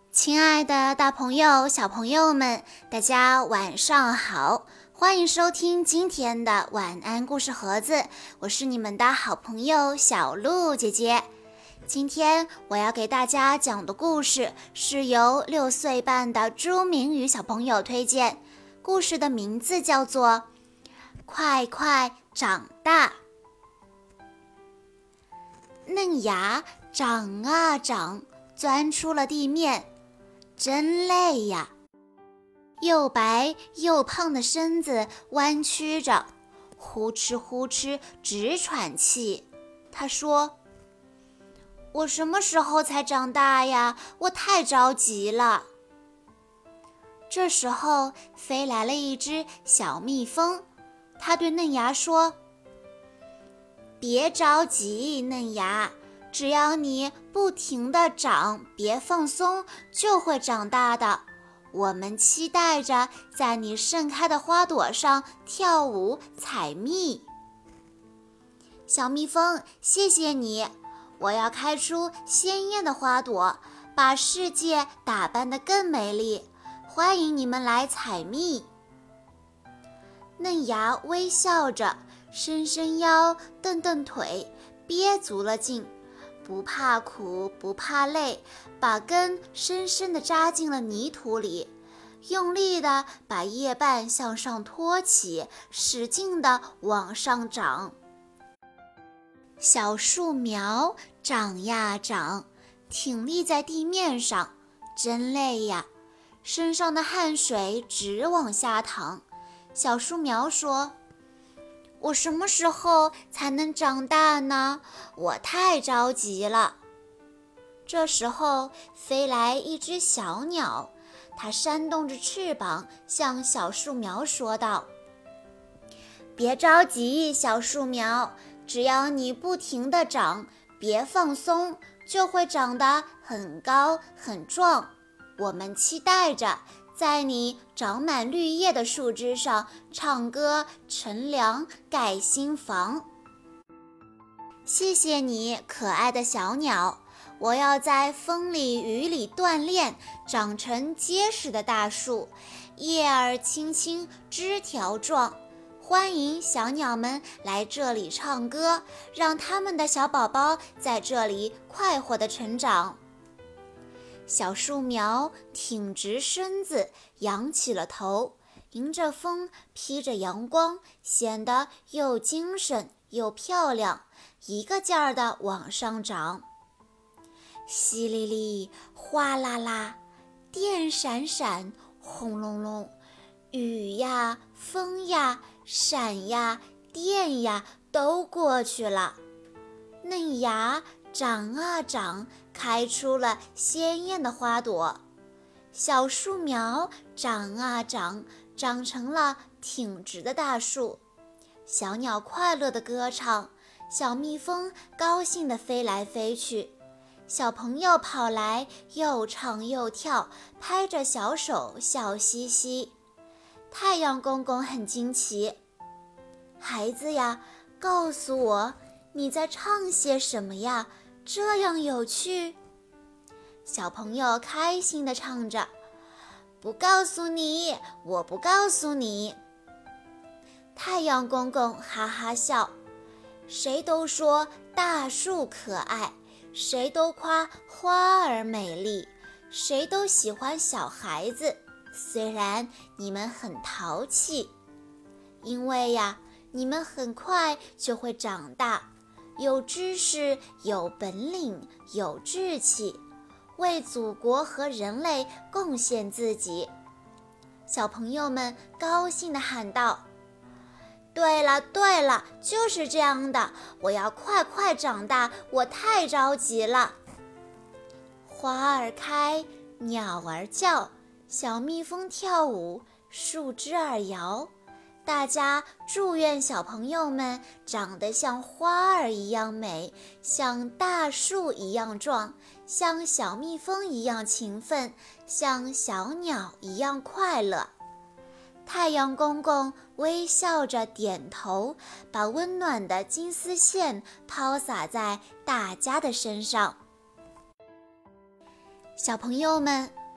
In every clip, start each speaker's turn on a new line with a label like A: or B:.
A: 亲爱的大朋友、小朋友们，大家晚上好！欢迎收听今天的晚安故事盒子，我是你们的好朋友小鹿姐姐。今天我要给大家讲的故事是由6岁半的朱明宇小朋友推荐，故事的名字叫做《快快长大》。嫩芽长啊长，钻出了地面，真累呀！又白又胖的身子弯曲着，呼哧呼哧直喘气。他说：“我什么时候才长大呀？我太着急了。”这时候飞来了一只小蜜蜂，它对嫩芽说：“别着急，嫩芽，只要你不停地长，别放松，就会长大的。我们期待着在你盛开的花朵上跳舞采蜜。”小蜜蜂，谢谢你，我要开出鲜艳的花朵，把世界打扮得更美丽。欢迎你们来采蜜。嫩芽微笑着，伸伸腰，蹬蹬腿，憋足了劲，不怕苦，不怕累，把根深深地扎进了泥土里，用力地把叶瓣向上托起，使劲地往上长。小树苗长呀长，挺立在地面上，真累呀，身上的汗水直往下淌。小树苗说：“我什么时候才能长大呢？我太着急了。”这时候飞来一只小鸟，它扇动着翅膀向小树苗说道：“别着急，小树苗，只要你不停地长，别放松，就会长得很高很壮。我们期待着在你长满绿叶的树枝上唱歌乘凉盖新房。”谢谢你，可爱的小鸟，我要在风里雨里锻炼，长成结实的大树，叶儿青青，枝条壮。欢迎小鸟们来这里唱歌，让他们的小宝宝在这里快活地成长。小树苗挺直身子，仰起了头，迎着风，披着阳光，显得又精神又漂亮，一个劲儿地往上长。淅沥沥，哗啦啦，电闪闪，轰隆隆，雨呀，风呀，闪呀，电呀，都过去了。嫩芽长啊长，开出了鲜艳的花朵。小树苗长啊长，长成了挺直的大树。小鸟快乐地歌唱，小蜜蜂高兴地飞来飞去。小朋友跑来又唱又跳，拍着小手笑嘻嘻。太阳公公很惊奇：“孩子呀，告诉我，你在唱些什么呀？这样有趣。”小朋友开心地唱着：“不告诉你，我不告诉你。”太阳公公哈哈笑：“谁都说大树可爱，谁都夸花儿美丽，谁都喜欢小孩子，虽然你们很淘气。因为呀，你们很快就会长大，有知识，有本领，有志气，为祖国和人类贡献自己。”小朋友们高兴地喊道：“对了对了，就是这样的，我要快快长大，我太着急了。”花儿开，鸟儿叫，小蜜蜂跳舞，树枝儿摇。大家祝愿小朋友们长得像花儿一样美，像大树一样壮，像小蜜蜂一样勤奋，像小鸟一样快乐。太阳公公微笑着点头，把温暖的金丝线抛洒在大家的身上。小朋友们，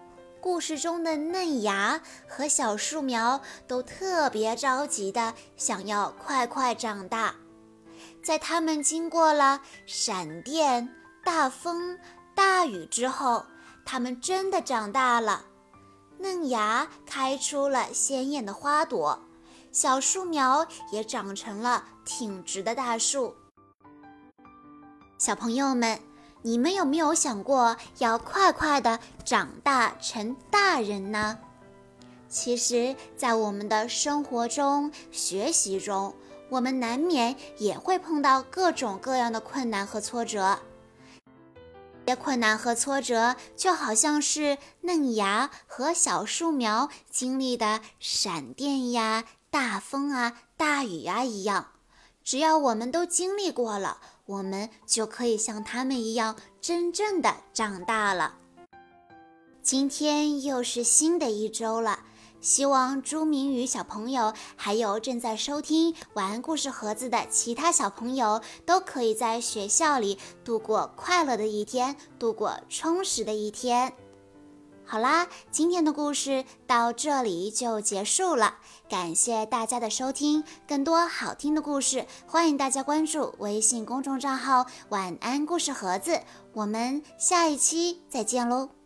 A: 故事中的嫩芽和小树苗都特别着急的想要快快长大。在它们经过了闪电、大风、大雨之后，它们真的长大了。嫩芽开出了鲜艳的花朵，小树苗也长成了挺直的大树。小朋友们，你们有没有想过要快快地长大成大人呢？其实，在我们的生活中、学习中，我们难免也会碰到各种各样的困难和挫折。这些困难和挫折就好像是嫩芽和小树苗经历的闪电呀、大风啊、大雨啊一样。只要我们都经历过了，我们就可以像他们一样真正的长大了。今天又是新的一周了，希望朱明宇小朋友还有正在收听晚安故事盒子的其他小朋友都可以在学校里度过快乐的一天，度过充实的一天。好啦，今天的故事到这里就结束了，感谢大家的收听。更多好听的故事，欢迎大家关注微信公众账号晚安故事盒子，我们下一期再见喽。